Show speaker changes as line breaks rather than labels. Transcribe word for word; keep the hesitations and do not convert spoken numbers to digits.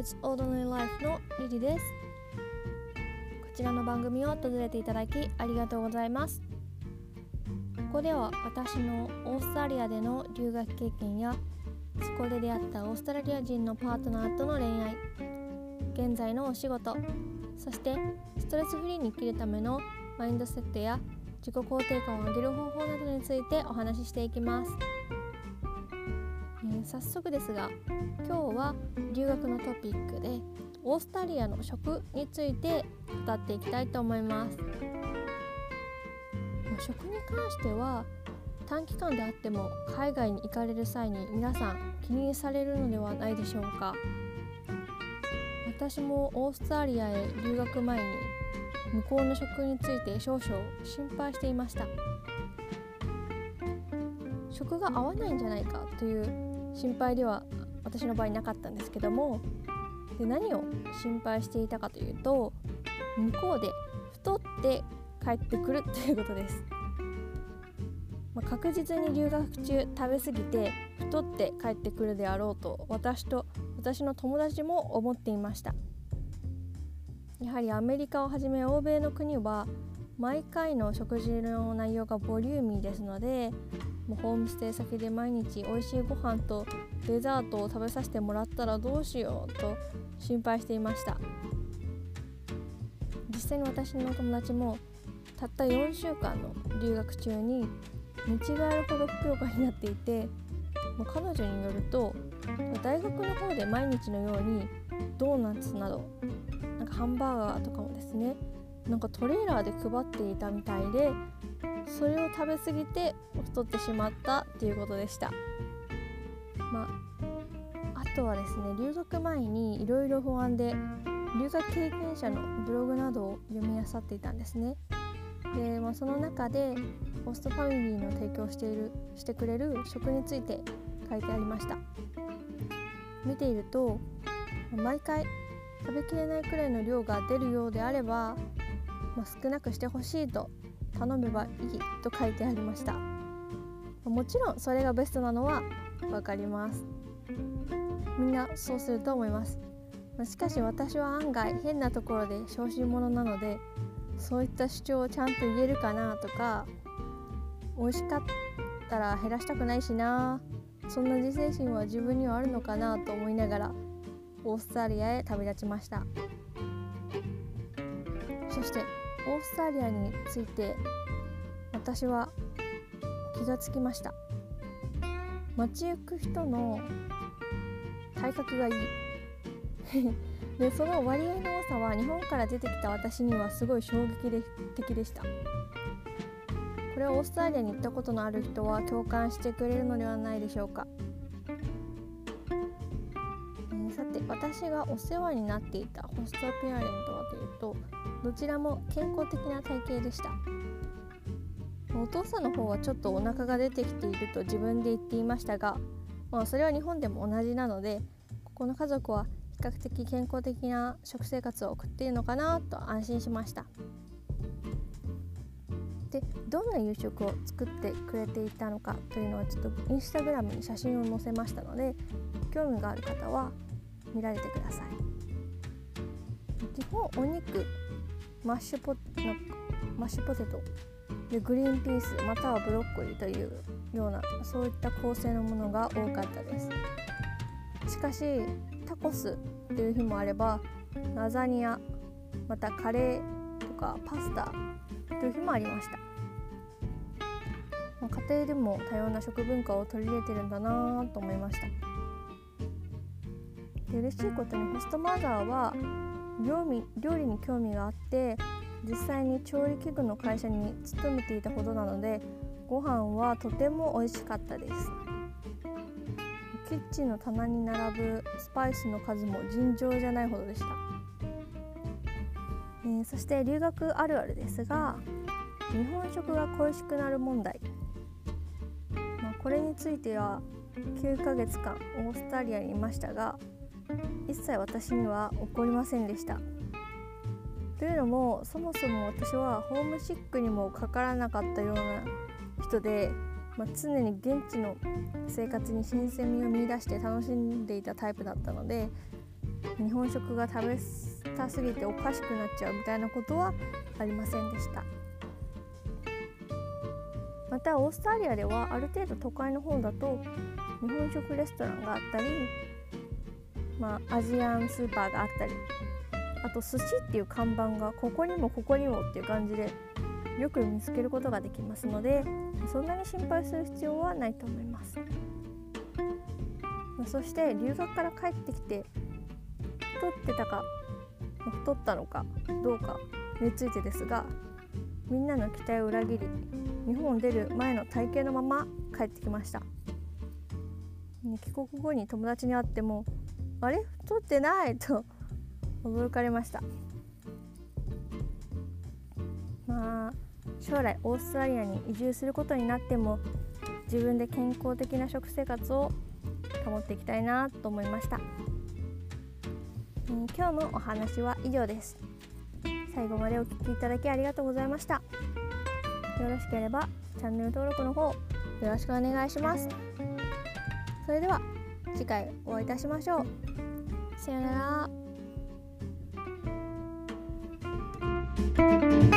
It's Ordinary Life のリリです。こちらの番組を訪れていただきありがとうございます。ここでは私のオーストラリアでの留学経験やそこで出会ったオーストラリア人のパートナーとの恋愛、現在のお仕事、そしてストレスフリーに生きるためのマインドセットや自己肯定感を上げる方法などについてお話ししていきます。えー、早速ですが、今日は留学のトピックでオーストラリアの食について語っていきたいと思います。食に関しては短期間であっても海外に行かれる際に皆さん気にされるのではないでしょうか。私もオーストラリアへ留学前に向こうの食について少々心配していました。食が合わないんじゃないかという心配では私の場合なかったんですけども、で何を心配していたかというと、向こうで太って帰ってくるということです。まあ、確実に留学中食べ過ぎて太って帰ってくるであろうと私と私の友達も思っていました。やはりアメリカをはじめ欧米の国は毎回の食事の内容がボリューミーですので、もうホームステイ先で毎日おいしいご飯とデザートを食べさせてもらったらどうしようと心配していました。実際に私の友達もたったよんしゅうかんの留学中に見違えるほどふくよかになっていて、もう彼女によると大学の方で毎日のようにドーナツなどなんかハンバーガーとかもですね、なんかトレーラーで配っていたみたいで、それを食べ過ぎて太ってしまったっていうことでした。まあ、あとはですね、留学前にいろいろ不安で留学経験者のブログなどを読み漁っていたんですね。で、まあ、その中でホストファミリーの提供しているしてくれる食について書いてありました。見ていると、毎回食べきれないくらいの量が出るようであれば、まあ、少なくしてほしいと頼めばいいと書いてありました。もちろんそれがベストなのはわかります。みんなそうすると思います。しかし私は案外変なところで小心者なので、そういった主張をちゃんと言えるかなとか、美味しかったら減らしたくないしな、そんな自制心は自分にはあるのかなと思いながらオーストラリアへ旅立ちました。そしてオーストラリアについて私は気がつきました。街行く人の体格がいいで、その割合の多さは日本から出てきた私にはすごい衝撃的でした。これはオーストラリアに行ったことのある人は共感してくれるのではないでしょうか。えー、さて、私がお世話になっていたホストペアレントはというと、どちらも健康的な体型でした。お父さんの方はちょっとお腹が出てきていると自分で言っていましたが、まあ、それは日本でも同じなので、ここの家族は比較的健康的な食生活を送っているのかなと安心しました。で、どんな夕食を作ってくれていたのかというのはちょっとインスタグラムに写真を載せましたので、興味がある方は見られてください。基本お肉、マッシュポ、マッシュポテトでグリーンピースまたはブロッコリーというような、そういった構成のものが多かったです。しかしタコスという日もあれば、ラザニア、またカレーとかパスタという日もありました。家庭でも多様な食文化を取り入れてるんだなと思いました。で、嬉しいことにホストマザーは料理、料理に興味があって、実際に調理器具の会社に勤めていたほどなので、ご飯はとても美味しかったです。キッチンの棚に並ぶスパイスの数も尋常じゃないほどでした。えー、そして留学あるあるですが、日本食が恋しくなる問題、まあ、これについてはきゅうかげつかんオーストラリアにいましたが、一切私には起こりませんでした。というのも、そもそも私はホームシックにもかからなかったような人で、まあ、常に現地の生活に新鮮味を見出して楽しんでいたタイプだったので、 日本食が食べたすぎておかしくなっちゃうみたいなことはありませんでした。またオーストラリアではある程度都会の方だと日本食レストランがあったり、まあ、アジアンスーパーがあったり、あと寿司っていう看板がここにもここにもっていう感じでよく見つけることができますので、そんなに心配する必要はないと思います。そして留学から帰ってきて太ってたか太ったのかどうかについてですが、みんなの期待を裏切り日本を出る前の体型のまま帰ってきました。帰国後に友達に会ってもあれ太ってないと驚かれました。まあ将来オーストラリアに移住することになっても自分で健康的な食生活を保っていきたいなと思いました。今日のお話は以上です。最後までお聞きいただきありがとうございました。よろしければチャンネル登録の方よろしくお願いします。それでは次回お会いいたしましょう。さよなら。